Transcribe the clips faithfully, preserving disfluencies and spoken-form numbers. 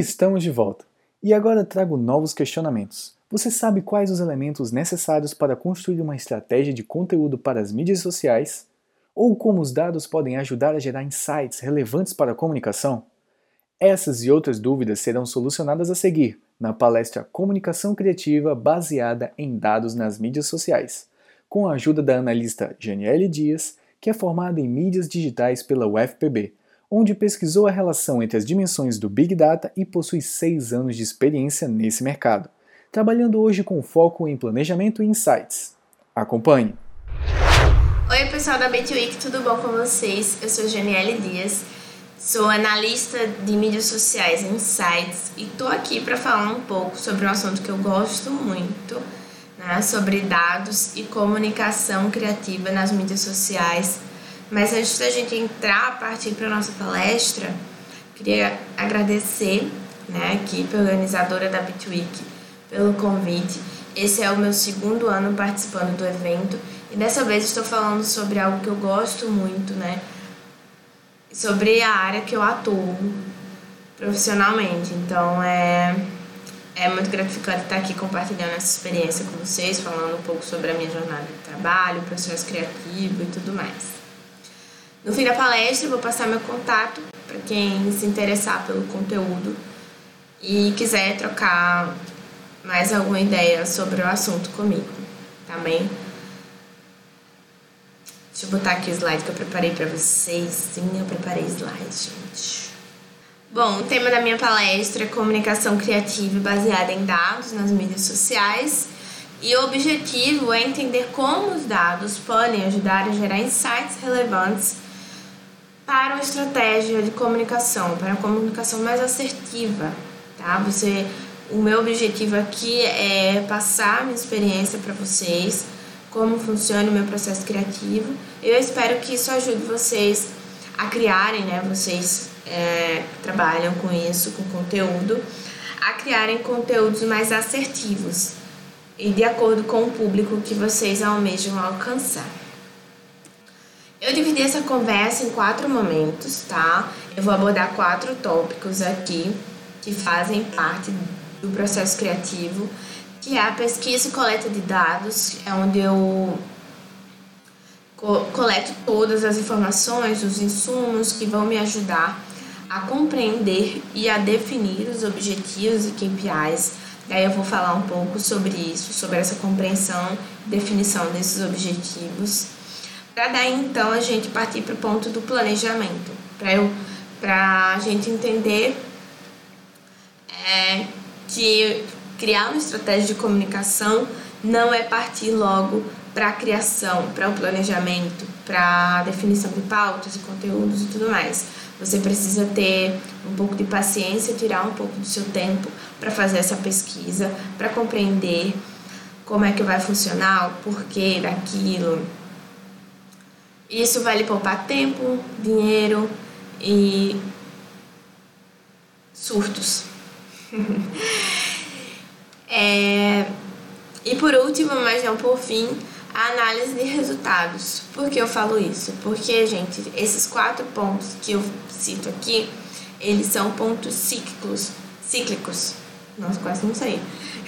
estamos de volta. E agora trago novos questionamentos. Você sabe quais os elementos necessários para construir uma estratégia de conteúdo para as mídias sociais? Ou como os dados podem ajudar a gerar insights relevantes para a comunicação? Essas e outras dúvidas serão solucionadas a seguir na palestra Comunicação Criativa baseada em dados nas mídias sociais, com a ajuda da analista Janiele Dias, que é formada em mídias digitais pela U F P B, onde pesquisou a relação entre as dimensões do Big Data e possui seis anos de experiência nesse mercado, trabalhando hoje com foco em planejamento e insights. Acompanhe! Oi pessoal da Bitweek, tudo bom com vocês? Eu sou Janiele Dias, sou analista de mídias sociais e insights e estou aqui para falar um pouco sobre um assunto que eu gosto muito, né, sobre dados e comunicação criativa nas mídias sociais. Mas antes da gente entrar, a partir para a nossa palestra, queria agradecer, né, a equipe organizadora da Bitweek pelo convite. Esse é o meu segundo ano participando do evento e dessa vez estou falando sobre algo que eu gosto muito, né, sobre a área que eu atuo profissionalmente. Então é, é muito gratificante estar aqui compartilhando essa experiência com vocês, falando um pouco sobre a minha jornada de trabalho, processo criativo e tudo mais. No fim da palestra, eu vou passar meu contato para quem se interessar pelo conteúdo e quiser trocar mais alguma ideia sobre o assunto comigo, tá bem? Deixa eu botar aqui o slide que eu preparei para vocês. Sim, eu preparei slide, gente. Bom, o tema da minha palestra é comunicação criativa baseada em dados nas mídias sociais. E o objetivo é entender como os dados podem ajudar a gerar insights relevantes para uma estratégia de comunicação, para uma comunicação mais assertiva, tá? Você, o meu objetivo aqui é passar a minha experiência para vocês, como funciona o meu processo criativo. Eu espero que isso ajude vocês a criarem, né? Vocês é, trabalham com isso, com conteúdo, a criarem conteúdos mais assertivos e de acordo com o público que vocês almejam alcançar. Eu dividi essa conversa em quatro momentos, tá? Eu vou abordar quatro tópicos aqui que fazem parte do processo criativo, que é a pesquisa e coleta de dados, é onde eu co- coleto todas as informações, os insumos que vão me ajudar a compreender e a definir os objetivos e K P Is. Daí eu vou falar um pouco sobre isso, sobre essa compreensão e definição desses objetivos. Para daí, então, a gente partir para o ponto do planejamento, para a gente entender é, que criar uma estratégia de comunicação não é partir logo para a criação, para o planejamento, para a definição de pautas e conteúdos e tudo mais. Você precisa ter um pouco de paciência, tirar um pouco do seu tempo para fazer essa pesquisa, para compreender como é que vai funcionar, o porquê daquilo. Isso vai lhe poupar tempo, dinheiro e surtos. é... E por último, mas não por fim, a análise de resultados. Por que eu falo isso? Porque, gente, esses quatro pontos que eu cito aqui, eles são pontos cíclicos. Cíclicos. Nossa, quase não sei.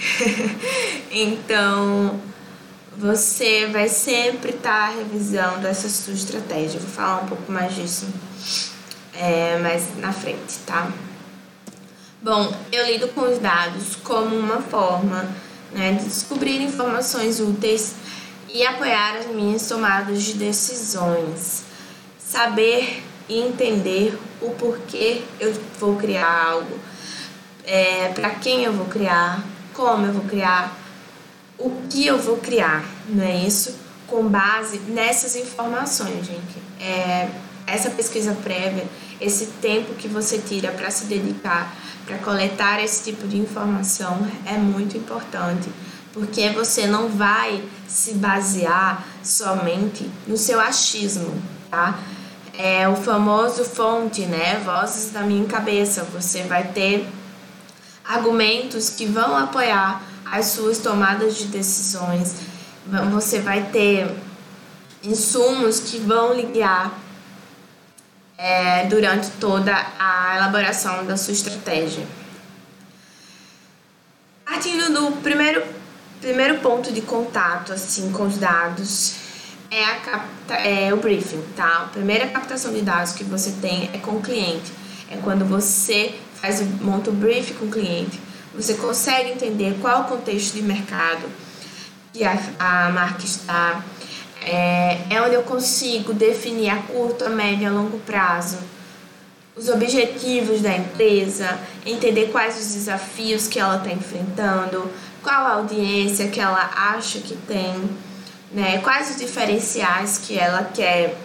Então, você vai sempre estar revisando essa sua estratégia. Eu vou falar um pouco mais disso é, mais na frente, tá? Bom, eu lido com os dados como uma forma, né, de descobrir informações úteis e apoiar as minhas tomadas de decisões. Saber e entender o porquê eu vou criar algo, é, para quem eu vou criar, como eu vou criar, o que eu vou criar, não é isso? Com base nessas informações, gente. É, essa pesquisa prévia, esse tempo que você tira para se dedicar, para coletar esse tipo de informação é muito importante, porque você não vai se basear somente no seu achismo, tá? É o famoso fonte, né? Vozes da minha cabeça. Você vai ter argumentos que vão apoiar as suas tomadas de decisões. Você vai ter insumos que vão lhe guiar é, durante toda a elaboração da sua estratégia. Partindo do primeiro, primeiro ponto de contato assim, com os dados, é, a capta, é o briefing, tá? A primeira captação de dados que você tem é com o cliente. É quando você faz, monta o briefing com o cliente. Você consegue entender qual é o contexto de mercado que a, a marca está. É, é onde eu consigo definir a curto, a médio e a longo prazo os objetivos da empresa, entender quais os desafios que ela está enfrentando, qual a audiência que ela acha que tem, né? Quais os diferenciais que ela quer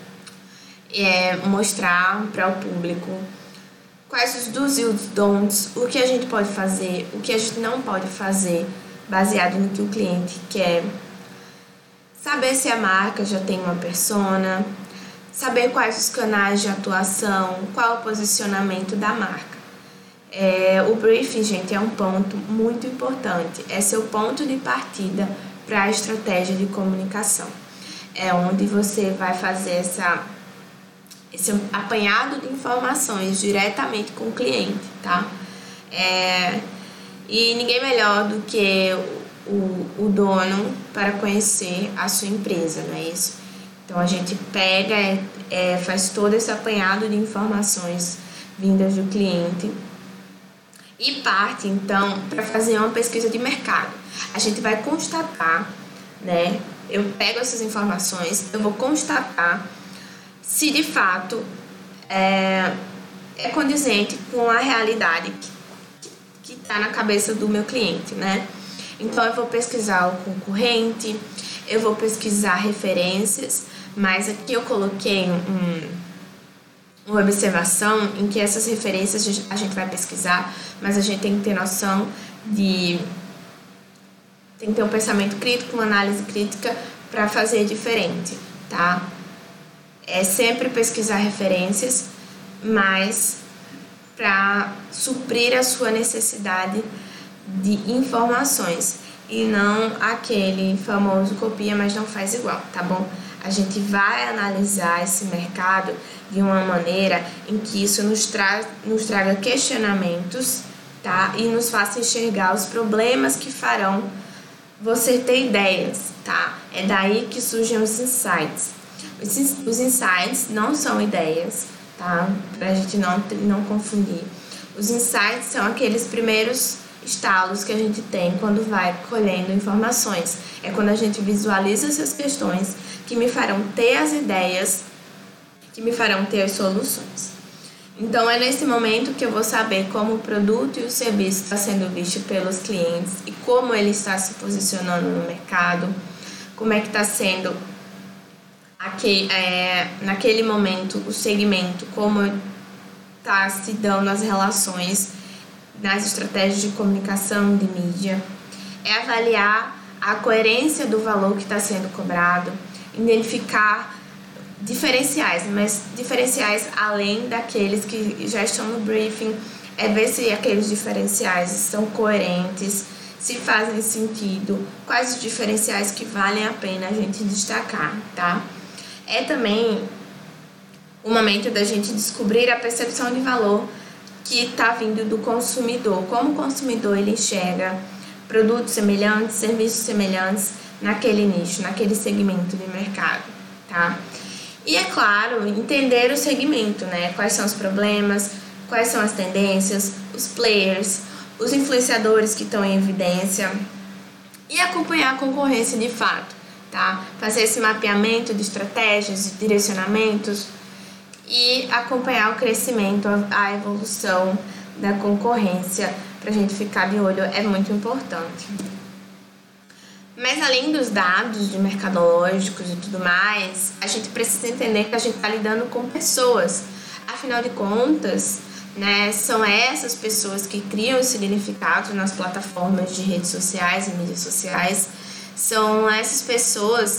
é, mostrar para o público, quais os do's e os don'ts, o que a gente pode fazer, o que a gente não pode fazer, baseado no que o cliente quer. Saber se a marca já tem uma persona, saber quais os canais de atuação, qual o posicionamento da marca. É, o briefing, gente, é um ponto muito importante. É seu ponto de partida para a estratégia de comunicação. É onde você vai fazer essa, esse apanhado de informações diretamente com o cliente, tá? É, e ninguém melhor do que o, o dono para conhecer a sua empresa, não é isso? Então, a gente pega, é, é, faz todo esse apanhado de informações vindas do cliente e parte, então, para fazer uma pesquisa de mercado. A gente vai constatar, né? Eu pego essas informações, eu vou constatar se, de fato, é, é condizente com a realidade que está na cabeça do meu cliente, né? Então, eu vou pesquisar o concorrente, eu vou pesquisar referências, mas aqui eu coloquei um, uma observação em que essas referências a gente vai pesquisar, mas a gente tem que ter noção de... tem que ter um pensamento crítico, uma análise crítica para fazer diferente, tá? É sempre pesquisar referências, mas para suprir a sua necessidade de informações e não aquele famoso copia, mas não faz igual, tá bom? A gente vai analisar esse mercado de uma maneira em que isso nos, tra- nos traga questionamentos, tá? E nos faça enxergar os problemas que farão você ter ideias, tá? É daí que surgem os insights. Os, os insights não são ideias, tá? Pra gente não, não confundir. Os insights são aqueles primeiros estalos que a gente tem quando vai colhendo informações. É quando a gente visualiza essas questões que me farão ter as ideias, que me farão ter as soluções. Então, é nesse momento que eu vou saber como o produto e o serviço está sendo visto pelos clientes e como ele está se posicionando no mercado, como é que está sendo aqui, é, naquele momento o segmento, como está se dando as relações nas estratégias de comunicação, de mídia. É avaliar a coerência do valor que está sendo cobrado, identificar diferenciais, mas diferenciais além daqueles que já estão no briefing, é ver se aqueles diferenciais estão coerentes, se fazem sentido, quais os diferenciais que valem a pena a gente destacar, tá? É também o momento da gente descobrir a percepção de valor que está vindo do consumidor, como o consumidor ele enxerga produtos semelhantes, serviços semelhantes naquele nicho, naquele segmento de mercado, tá? E é claro, entender o segmento, né? Quais são os problemas, quais são as tendências, os players, os influenciadores que estão em evidência e acompanhar a concorrência de fato, tá? Fazer esse mapeamento de estratégias, de direcionamentos e acompanhar o crescimento, a evolução da concorrência para a gente ficar de olho é muito importante. Mas além dos dados de mercadológicos e tudo mais, a gente precisa entender que a gente está lidando com pessoas. Afinal de contas, né, são essas pessoas que criam os significados nas plataformas de redes sociais e mídias sociais. São essas pessoas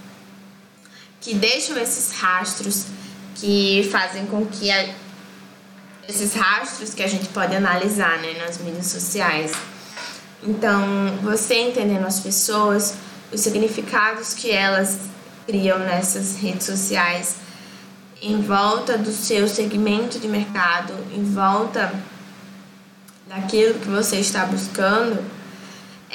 que deixam esses rastros, que fazem com que a, esses rastros que a gente pode analisar, né, nas mídias sociais. Então, você entendendo as pessoas, os significados que elas criam nessas redes sociais, em volta do seu segmento de mercado, em volta daquilo que você está buscando,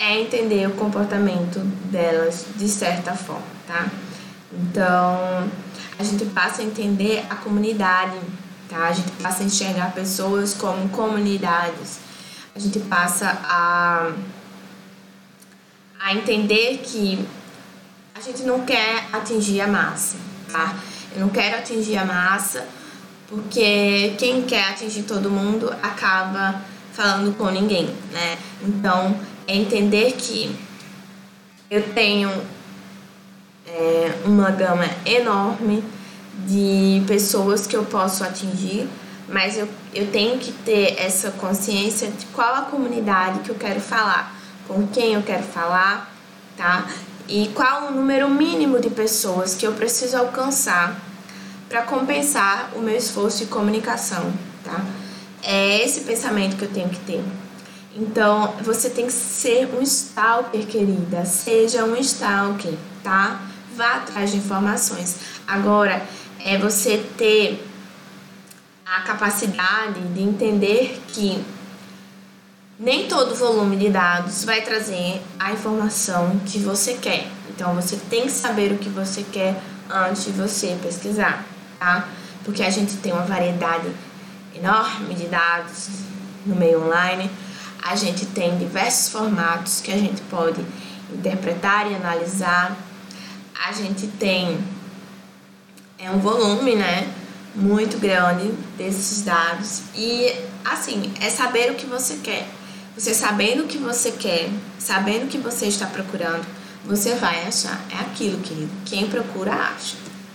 é entender o comportamento delas de certa forma, tá? Então, a gente passa a entender a comunidade, tá? A gente passa a enxergar pessoas como comunidades. A gente passa a, a entender que a gente não quer atingir a massa, tá? Eu não quero atingir a massa, porque quem quer atingir todo mundo acaba falando com ninguém, né? Então, é entender que eu tenho é, uma gama enorme de pessoas que eu posso atingir, mas eu, eu tenho que ter essa consciência de qual a comunidade que eu quero falar, com quem eu quero falar, tá? E qual o número mínimo de pessoas que eu preciso alcançar para compensar o meu esforço de comunicação, tá? É esse pensamento que eu tenho que ter. Então, você tem que ser um stalker, querida. Seja um stalker, tá? Vá atrás de informações. Agora, é você ter a capacidade de entender que nem todo volume de dados vai trazer a informação que você quer. Então, você tem que saber o que você quer antes de você pesquisar, tá? Porque a gente tem uma variedade enorme de dados no meio online. A gente tem diversos formatos que a gente pode interpretar e analisar. A gente tem é um volume, né, muito grande desses dados. E, assim, é saber o que você quer. Você sabendo o que você quer, sabendo o que você está procurando, você vai achar. É aquilo, querido. Quem procura, acha.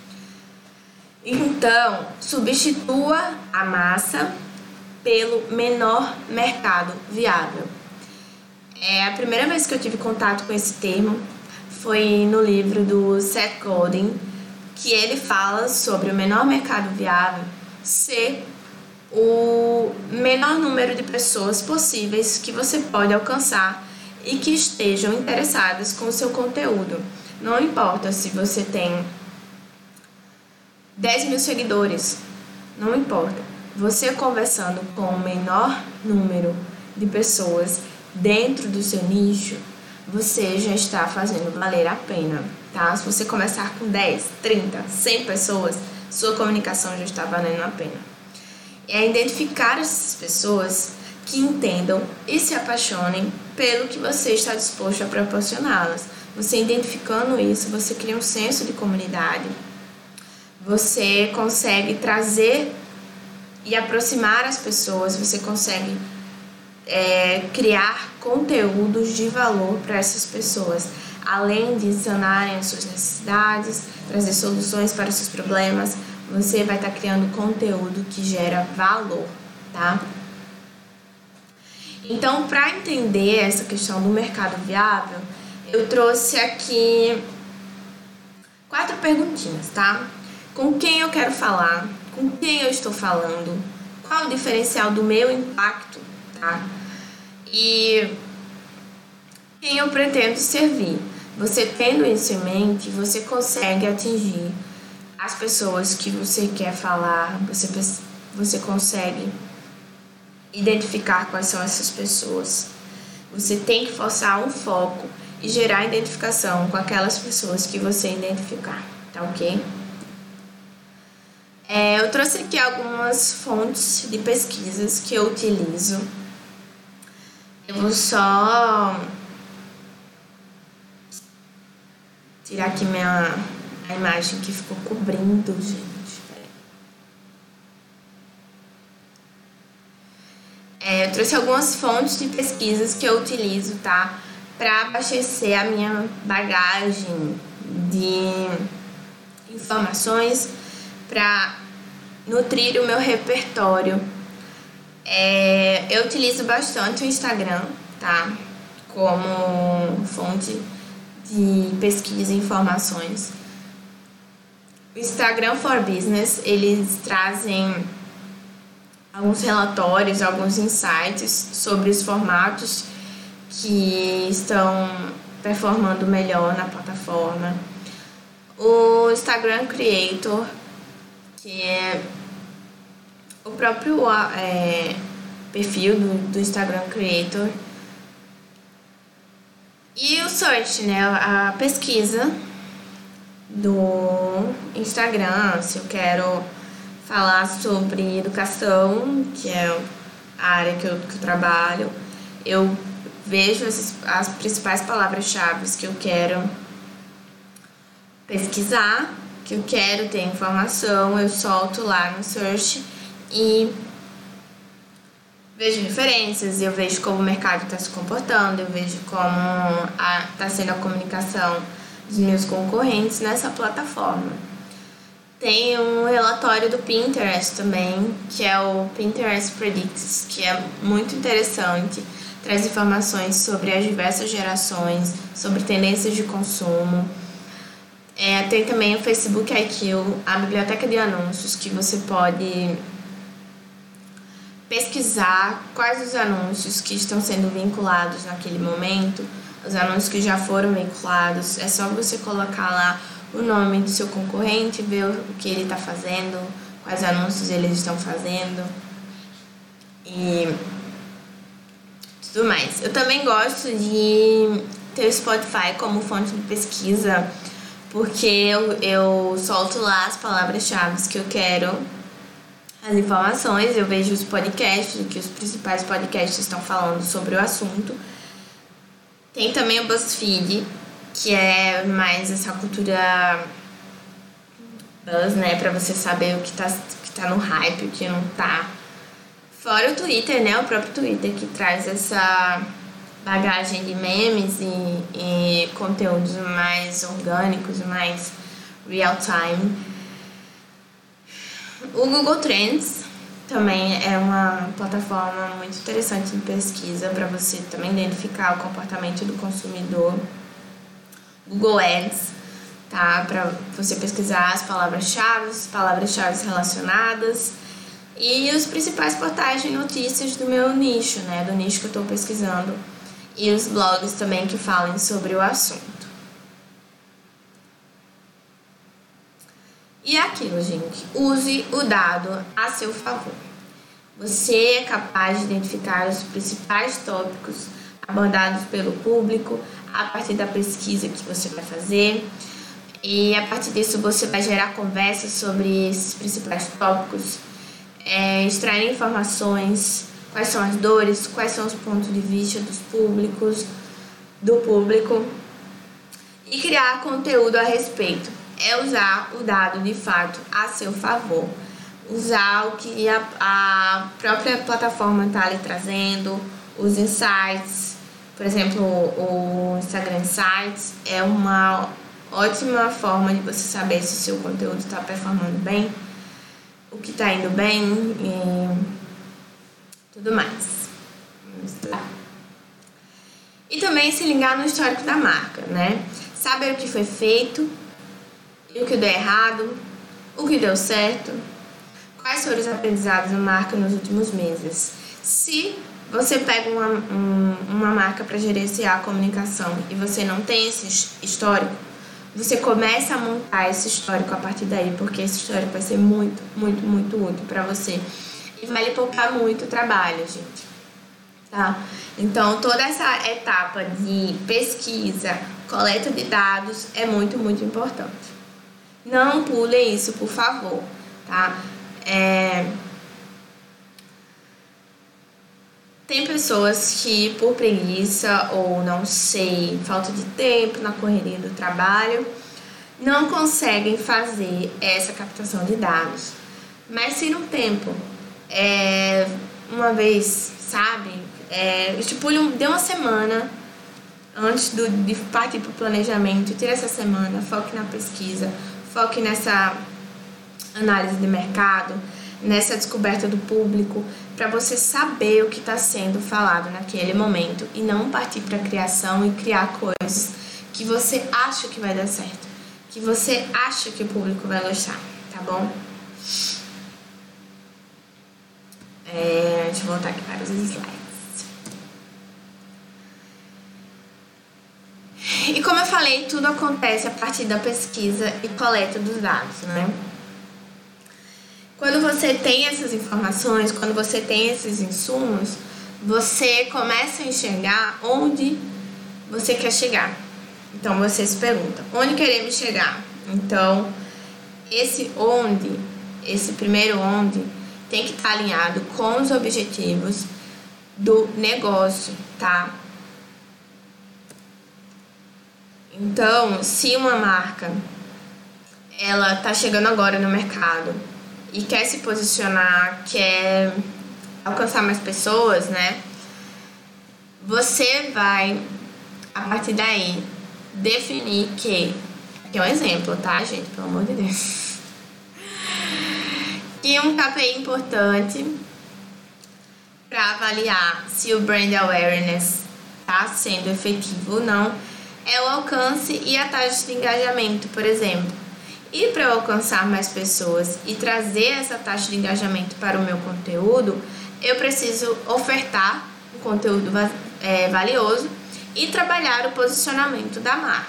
Então, substitua a massa pelo menor mercado viável. É a primeira vez que eu tive contato com esse termo foi no livro do Seth Godin, que ele fala sobre o menor mercado viável ser o menor número de pessoas possíveis que você pode alcançar e que estejam interessadas com o seu conteúdo. Não importa se você tem dez mil seguidores, não importa. Você conversando com o menor número de pessoas dentro do seu nicho, você já está fazendo valer a pena, tá? Se você começar com dez, trinta, cem pessoas, sua comunicação já está valendo a pena. É identificar essas pessoas que entendam e se apaixonem pelo que você está disposto a proporcioná-las. Você identificando isso, você cria um senso de comunidade. Você consegue trazer e aproximar as pessoas, você consegue é, criar conteúdos de valor para essas pessoas, além de sanarem as suas necessidades, trazer soluções para os seus problemas. Você vai estar criando conteúdo que gera valor, tá? Então, para entender essa questão do mercado viável, eu trouxe aqui quatro perguntinhas, tá? Com quem eu quero falar? Com quem eu estou falando? Qual o diferencial do meu impacto, tá? E quem eu pretendo servir? Você tendo isso em mente, você consegue atingir as pessoas que você quer falar, você, você consegue identificar quais são essas pessoas. Você tem que forçar um foco e gerar identificação com aquelas pessoas que você identificar, tá ok? É, eu trouxe aqui algumas fontes de pesquisas que eu utilizo. Eu vou só tirar aqui minha a imagem que ficou cobrindo, gente. É, eu trouxe algumas fontes de pesquisas que eu utilizo, tá? Para abastecer a minha bagagem de informações, para nutrir o meu repertório. É, eu utilizo bastante o Instagram, tá? Como fonte de pesquisa e informações. O Instagram for Business, eles trazem alguns relatórios, alguns insights sobre os formatos que estão performando melhor na plataforma. O Instagram Creator, que é o próprio é, perfil do, do Instagram Creator, E o search, né, a pesquisa do Instagram, se eu quero falar sobre educação, que é a área que eu, que eu trabalho, eu vejo as, as principais palavras-chave que eu quero pesquisar, que eu quero ter informação, eu solto lá no search e vejo referências, eu vejo como o mercado está se comportando, eu vejo como está sendo a comunicação dos meus concorrentes nessa plataforma. Tem um relatório do Pinterest também, que é o Pinterest Predicts, que é muito interessante, traz informações sobre as diversas gerações, sobre tendências de consumo. É, tem também o Facebook I Q, a biblioteca de anúncios, que você pode pesquisar quais os anúncios que estão sendo vinculados naquele momento, os anúncios que já foram vinculados. É só você colocar lá o nome do seu concorrente, ver o que ele está fazendo, quais anúncios eles estão fazendo e tudo mais. Eu também gosto de ter o Spotify como fonte de pesquisa, porque eu, eu solto lá as palavras-chave que eu quero, as informações, eu vejo os podcasts, o que os principais podcasts estão falando sobre o assunto. Tem também o BuzzFeed, que é mais essa cultura buzz, né, pra você saber o que tá, que tá no hype, o que não tá. Fora o Twitter, né, o próprio Twitter, que traz essa bagagem de memes e, e conteúdos mais orgânicos, mais real time. O Google Trends também é uma plataforma muito interessante de pesquisa para você também identificar o comportamento do consumidor. Google Ads, tá? Para você pesquisar as palavras-chave, as palavras-chave relacionadas e os principais portais de notícias do meu nicho, né? Do nicho que eu estou pesquisando. E os blogs também que falem sobre o assunto. E é aquilo, gente. Use o dado a seu favor. Você é capaz de identificar os principais tópicos abordados pelo público a partir da pesquisa que você vai fazer. E a partir disso você vai gerar conversas sobre esses principais tópicos, é, extrair informações, quais são as dores, quais são os pontos de vista dos públicos, do público, e criar conteúdo a respeito. É usar o dado de fato a seu favor. Usar o que a, a própria plataforma está lhe trazendo, os insights. Por exemplo, o Instagram Insights é uma ótima forma de você saber se o seu conteúdo está performando bem, o que está indo bem e tudo mais. Vamos lá. E também se ligar no histórico da marca, né? Saber o que foi feito, e o que deu errado, o que deu certo, quais foram os aprendizados da marca nos últimos meses. Se você pega uma, um, uma marca para gerenciar a comunicação e você não tem esse histórico, você começa a montar esse histórico a partir daí, porque esse histórico vai ser muito, muito, muito útil para você e vai lhe poupar muito trabalho, gente. Tá? Então, toda essa etapa de pesquisa, coleta de dados é muito, muito importante. Não pule isso, por favor, tá? É... Tem pessoas que, por preguiça ou não sei, falta de tempo na correria do trabalho, não conseguem fazer essa captação de dados. Mas tira um tempo, é... uma vez, sabe? É... Estipule um... dê uma semana antes do, de partir para o planejamento, tira essa semana, foque na pesquisa, foque nessa análise de mercado, nessa descoberta do público, para você saber o que está sendo falado naquele momento e não partir para a criação e criar coisas que você acha que vai dar certo, que você acha que o público vai gostar, tá bom? É, deixa eu voltar aqui para os slides. E como eu falei, tudo acontece a partir da pesquisa e coleta dos dados, né? Quando você tem essas informações, quando você tem esses insumos, você começa a enxergar onde você quer chegar? Então você se pergunta, onde queremos chegar? Então, esse onde, esse primeiro onde, tem que estar alinhado com os objetivos do negócio, tá? Então, se uma marca, ela tá chegando agora no mercado e quer se posicionar, quer alcançar mais pessoas, né? Você vai, a partir daí, definir que... Aqui é um exemplo, tá, gente? Pelo amor de Deus. Que um K P I importante para avaliar se o brand awareness está sendo efetivo ou não é o alcance e a taxa de engajamento, por exemplo. E para eu alcançar mais pessoas e trazer essa taxa de engajamento para o meu conteúdo, eu preciso ofertar um conteúdo é, valioso e trabalhar o posicionamento da marca.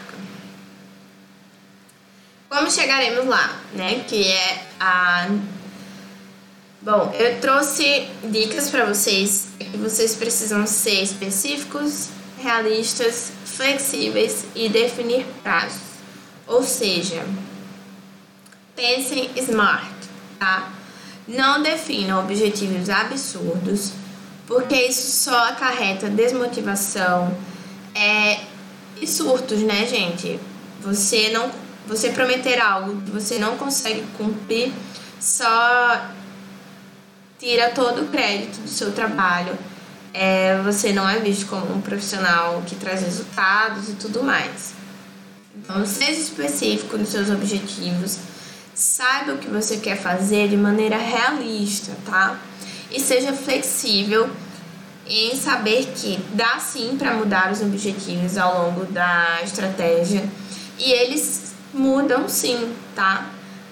Como chegaremos lá, né? Que é a... Bom, eu trouxe dicas para vocês que vocês precisam ser específicos, realistas, flexíveis e definir prazos. Ou seja, pensem smart, tá? Não definam objetivos absurdos, porque isso só acarreta desmotivação é, e surtos, né, gente? Você não, você prometer algo que você não consegue cumprir só tira todo o crédito do seu trabalho. É, você não é visto como um profissional que traz resultados e tudo mais. Então, seja específico nos seus objetivos, saiba o que você quer fazer de maneira realista, tá? E seja flexível em saber que dá sim para mudar os objetivos ao longo da estratégia e eles mudam sim, tá?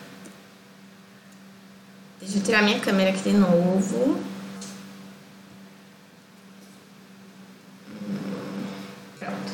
Deixa eu tirar minha câmera aqui de novo. Pronto.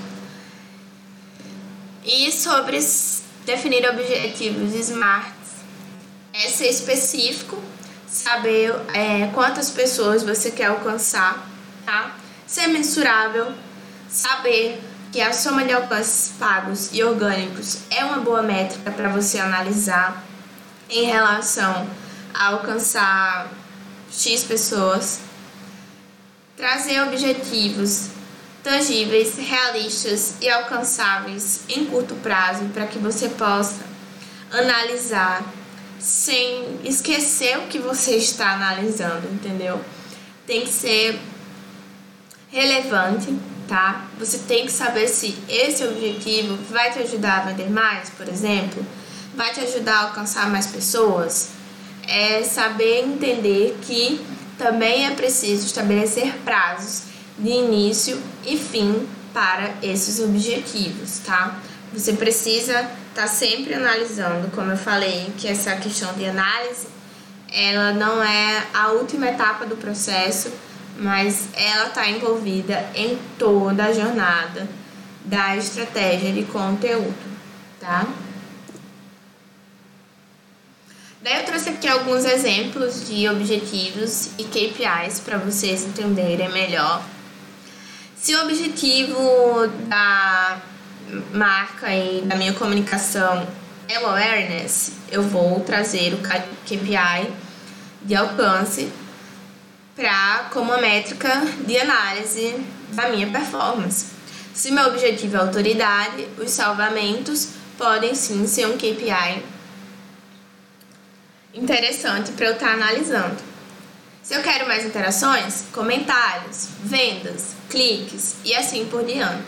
E sobre definir objetivos SMART, é ser específico, saber é, quantas pessoas você quer alcançar, tá? Ser mensurável, saber que a soma de alcances pagos e orgânicos é uma boa métrica para você analisar em relação a alcançar X pessoas. Trazer objetivos tangíveis, realistas e alcançáveis em curto prazo para que você possa analisar sem esquecer o que você está analisando, entendeu? Tem que ser relevante, tá? Você tem que saber se esse objetivo vai te ajudar a vender mais, por exemplo, vai te ajudar a alcançar mais pessoas. É saber entender que também é preciso estabelecer prazos de início e fim para esses objetivos, tá? Você precisa estar sempre analisando, como eu falei, que essa questão de análise, ela não é a última etapa do processo, mas ela está envolvida em toda a jornada da estratégia de conteúdo, tá? Daí eu trouxe aqui alguns exemplos de objetivos e K P Is para vocês entenderem melhor. Se o objetivo da marca e da minha comunicação é o awareness, eu vou trazer o K P I de alcance para como uma métrica de análise da minha performance. Se meu objetivo é autoridade, os salvamentos podem sim ser um K P I interessante para eu estar analisando. Se eu quero mais interações, comentários, vendas, cliques e assim por diante.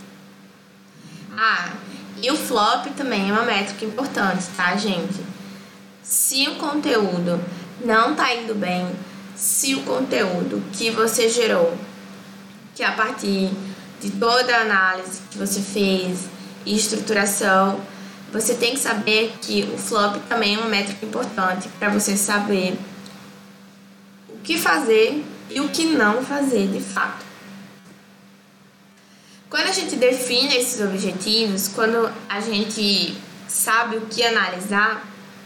Ah, e o flop também é uma métrica importante, tá, gente? Se o conteúdo não tá indo bem, se o conteúdo que você gerou, que a partir de toda a análise que você fez e estruturação, você tem que saber que o flop também é uma métrica importante para você saber o que fazer e o que não fazer de fato. Quando a gente define esses objetivos, quando a gente sabe o que analisar,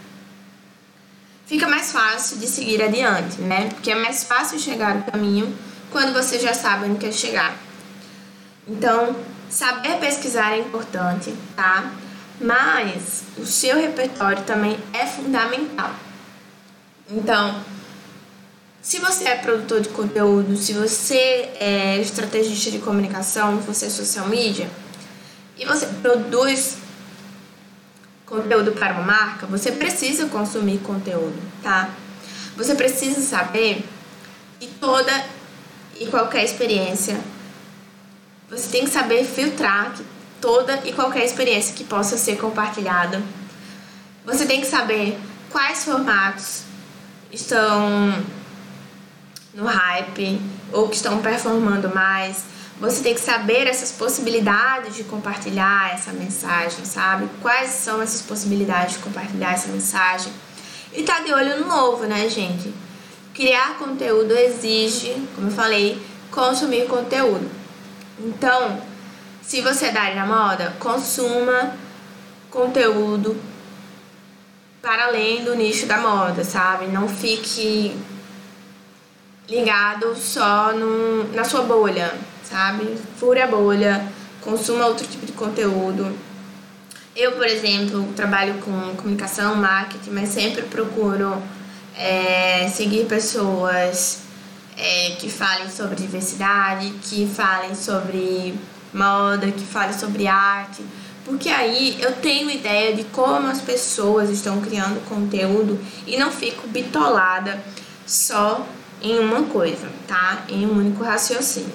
fica mais fácil de seguir adiante, né? Porque é mais fácil chegar no caminho quando você já sabe onde quer chegar. Então, Saber pesquisar é importante, tá? Mas o seu repertório também é fundamental. Então, se você é produtor de conteúdo, se você é estrategista de comunicação, se você é social media, e você produz conteúdo para uma marca, você precisa consumir conteúdo, tá? Você precisa saber que toda e qualquer experiência, você tem que saber filtrar que toda e qualquer experiência que possa ser compartilhada. Você tem que saber quais formatos estão no hype ou que estão performando mais. Você tem que saber essas possibilidades de compartilhar essa mensagem, sabe? Quais são essas possibilidades de compartilhar essa mensagem? E tá de olho no novo, né, gente? Criar conteúdo exige, como eu falei, consumir conteúdo. Então, se você é da área da moda, consuma conteúdo para além do nicho da moda, sabe? Não fique ligado só no, na sua bolha, sabe? Fure a bolha, consuma outro tipo de conteúdo. Eu, por exemplo, trabalho com comunicação, marketing, mas sempre procuro é, seguir pessoas é, que falem sobre diversidade, que falem sobre moda, que falem sobre arte, porque aí eu tenho ideia de como as pessoas estão criando conteúdo e não fico bitolada só em uma coisa, tá? Em um único raciocínio.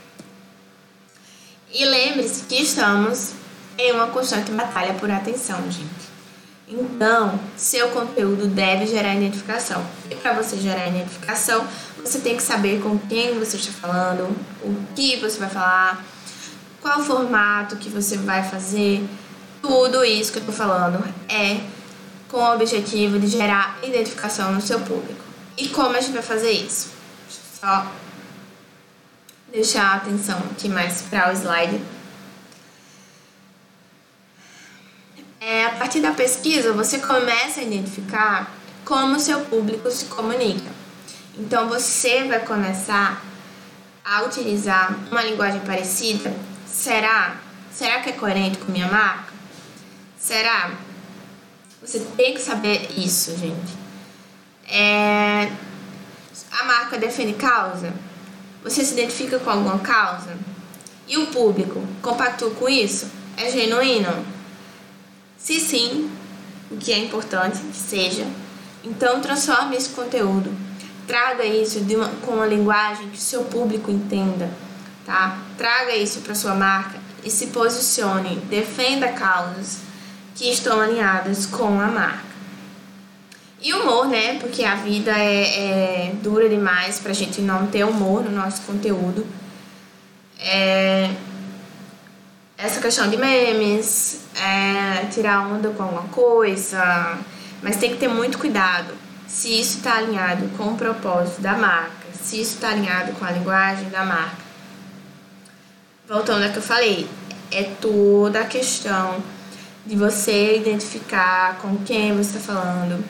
E lembre-se que estamos em uma constante batalha por atenção, gente. Então, seu conteúdo deve gerar identificação. E para você gerar identificação, você tem que saber com quem você está falando, o que você vai falar, qual formato que você vai fazer. Tudo isso que eu tô falando é com o objetivo de gerar identificação no seu público. E como a gente vai fazer isso? Só deixar a atenção aqui mais para o slide. É, a partir da pesquisa, você começa a identificar como o seu público se comunica. Então, você vai começar a utilizar uma linguagem parecida. Será? Será que é coerente com minha marca? Será? Você tem que saber isso, gente. É... A marca defende causa? Você se identifica com alguma causa? E o público compactua com isso? É genuíno? Se sim, o que é importante que seja, então transforme esse conteúdo. Traga isso de uma, com uma linguagem que o seu público entenda, tá? Traga isso para sua marca e se posicione, defenda causas que estão alinhadas com a marca. E humor, né? Porque a vida é, é dura demais pra gente não ter humor no nosso conteúdo. É, essa questão de memes, é, tirar onda com alguma coisa, mas tem que ter muito cuidado se isso está alinhado com o propósito da marca, se isso está alinhado com a linguagem da marca. Voltando ao que eu falei, é toda a questão de você identificar com quem você está falando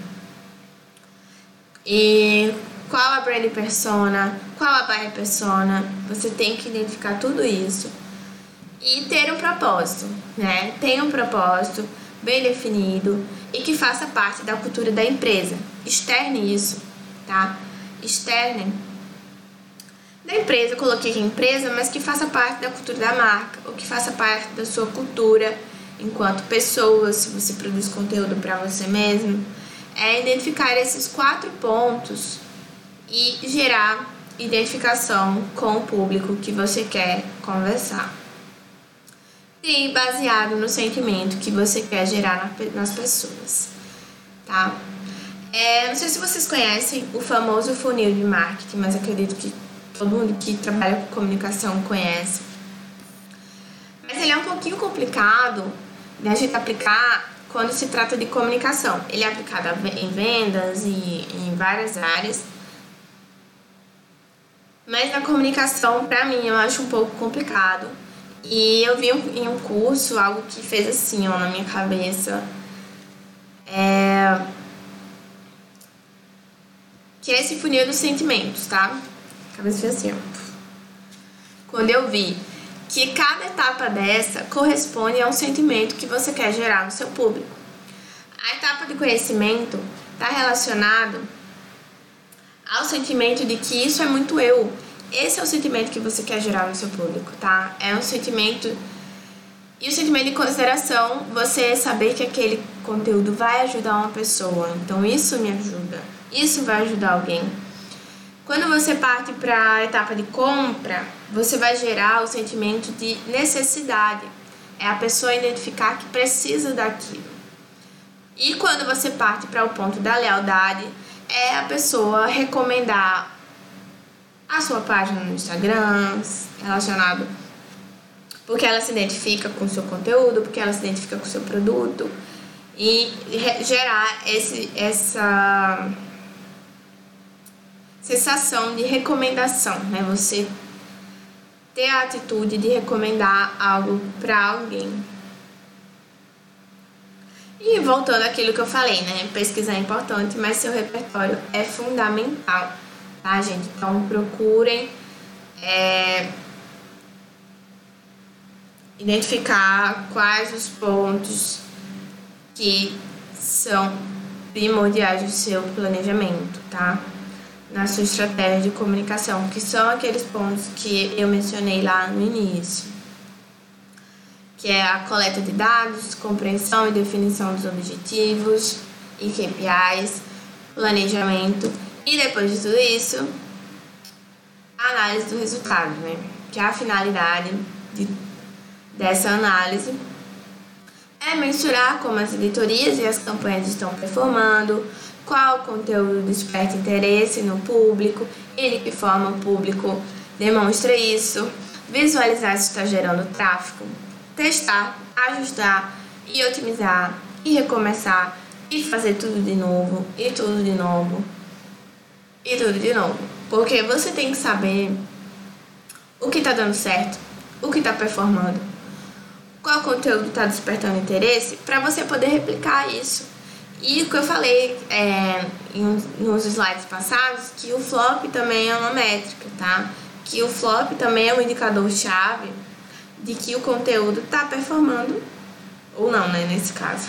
e qual a brand persona, qual a buyer persona. Você tem que identificar tudo isso e ter um propósito, né? Tem um propósito bem definido e que faça parte da cultura da empresa. Externe isso, tá? Externe da empresa, eu coloquei aqui empresa, mas que faça parte da cultura da marca, ou que faça parte da sua cultura enquanto pessoa, se você produz conteúdo para você mesmo. É identificar esses quatro pontos e gerar identificação com o público que você quer conversar. E baseado no sentimento que você quer gerar nas pessoas, tá? É, não sei se vocês conhecem o famoso funil de marketing, mas acredito que todo mundo que trabalha com comunicação conhece. Mas ele é um pouquinho complicado de a gente aplicar quando se trata de comunicação. Ele é aplicado em vendas e em várias áreas. Mas na comunicação, pra mim, eu acho um pouco complicado. E eu vi em um curso algo que fez assim, ó, na minha cabeça. É... Que é esse funil dos sentimentos, tá? A cabeça fez assim, ó. Quando eu vi que cada etapa dessa corresponde a um sentimento que você quer gerar no seu público. A etapa de conhecimento está relacionado ao sentimento de que isso é muito eu. Esse é o sentimento que você quer gerar no seu público, tá? É um sentimento... E o sentimento de consideração, você saber que aquele conteúdo vai ajudar uma pessoa. Então, isso me ajuda. Isso vai ajudar alguém. Quando você parte para a etapa de compra, você vai gerar o sentimento de necessidade. É a pessoa identificar que precisa daquilo. E quando você parte para o ponto da lealdade, é a pessoa recomendar a sua página no Instagram, relacionado porque ela se identifica com o seu conteúdo, porque ela se identifica com o seu produto, e gerar esse, essa sensação de recomendação, né? Você ter a atitude de recomendar algo para alguém. E voltando àquilo que eu falei, né? Pesquisar é importante, mas seu repertório é fundamental, tá, gente? Então procurem é, identificar quais os pontos que são primordiais do seu planejamento, tá? Na sua estratégia de comunicação, que são aqueles pontos que eu mencionei lá no início, que é a coleta de dados, compreensão e definição dos objetivos e K P Is, planejamento e, depois de tudo isso, a análise do resultado, né? Que é a finalidade de, dessa análise é mensurar como as editorias e as campanhas estão performando, qual conteúdo desperta interesse no público e de que forma o público demonstra isso, visualizar se está gerando tráfego, testar, ajustar e otimizar e recomeçar e fazer tudo de novo e tudo de novo e tudo de novo. Porque você tem que saber o que está dando certo, o que está performando, qual conteúdo está despertando interesse para você poder replicar isso. E o que eu falei é, em, nos slides passados, que o flop também é uma métrica, tá? Que o flop também é um indicador-chave de que o conteúdo está performando ou não, né, nesse caso.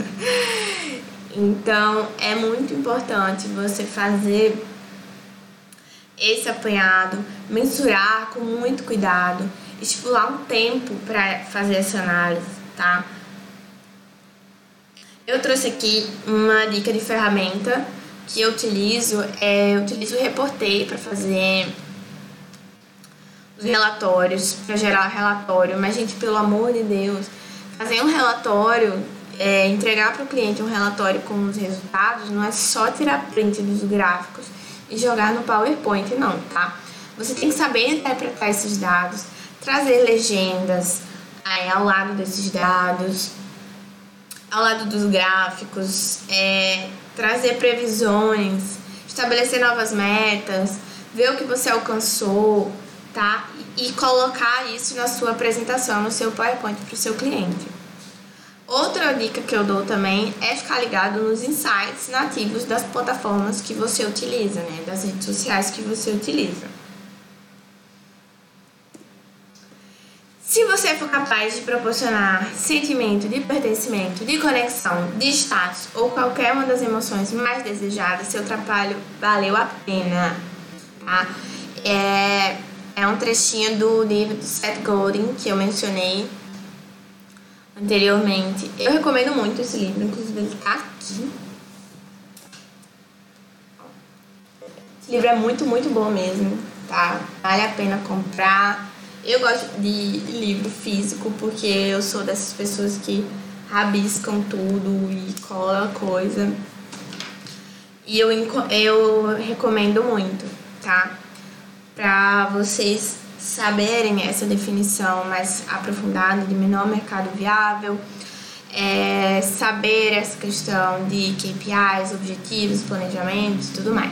Então, é muito importante você fazer esse apanhado, mensurar com muito cuidado, estipular um tempo para fazer essa análise, tá? Eu trouxe aqui uma dica de ferramenta que eu utilizo, é, eu utilizo o Reportei para fazer os relatórios, para gerar relatório, mas, gente, pelo amor de Deus, fazer um relatório, é, entregar para o cliente um relatório com os resultados, não é só tirar print dos gráficos e jogar no PowerPoint, não, tá? Você tem que saber interpretar esses dados, trazer legendas aí, ao lado desses dados, ao lado dos gráficos, é, trazer previsões, estabelecer novas metas, ver o que você alcançou, tá? E colocar isso na sua apresentação, no seu PowerPoint para o seu cliente. Outra dica que eu dou também é ficar ligado nos insights nativos das plataformas que você utiliza, né? Das redes sociais que você utiliza. Se você for capaz de proporcionar sentimento de pertencimento, de conexão, de status ou qualquer uma das emoções mais desejadas, seu trabalho valeu a pena, tá? É, é um trechinho do livro do Seth Godin que eu mencionei anteriormente. Eu recomendo muito esse livro, inclusive ele tá aqui. Esse livro é muito, muito bom mesmo, tá? Vale a pena comprar. Eu gosto de livro físico porque eu sou dessas pessoas que rabiscam tudo e colam coisa. E eu, eu recomendo muito, tá? Pra vocês saberem essa definição mais aprofundada de menor mercado viável, é, saber essa questão de K P Is, objetivos, planejamentos e tudo mais.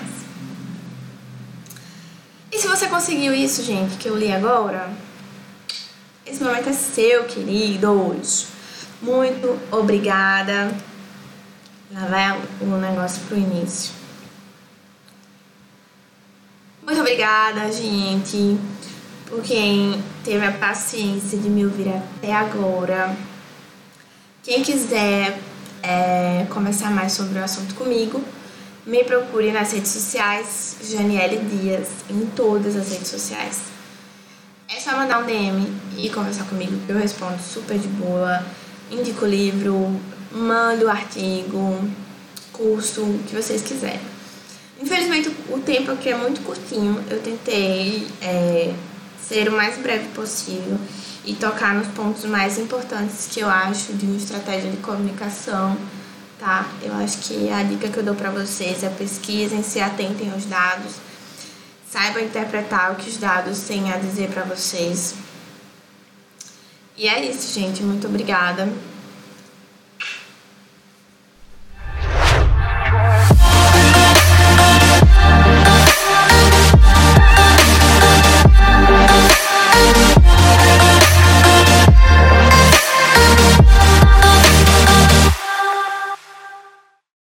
E se você conseguiu isso, gente, que eu li agora, esse momento é seu, queridos. Muito obrigada. Lá vai o negócio pro início. Muito obrigada, gente. por quem teve a paciência de me ouvir até agora. Quem quiser é, conversar mais sobre o assunto comigo, me procure nas redes sociais, Janiele Dias, em todas as redes sociais. É só mandar um D M e conversar comigo, que eu respondo super de boa, indico o livro, mando o artigo, curso, o que vocês quiserem. Infelizmente o tempo aqui é muito curtinho, eu tentei é, ser o mais breve possível e tocar nos pontos mais importantes que eu acho de uma estratégia de comunicação, tá? Eu acho que a dica que eu dou pra vocês é pesquisem, se atentem aos dados, saibam interpretar o que os dados têm a dizer pra vocês. E é isso, gente. Muito obrigada.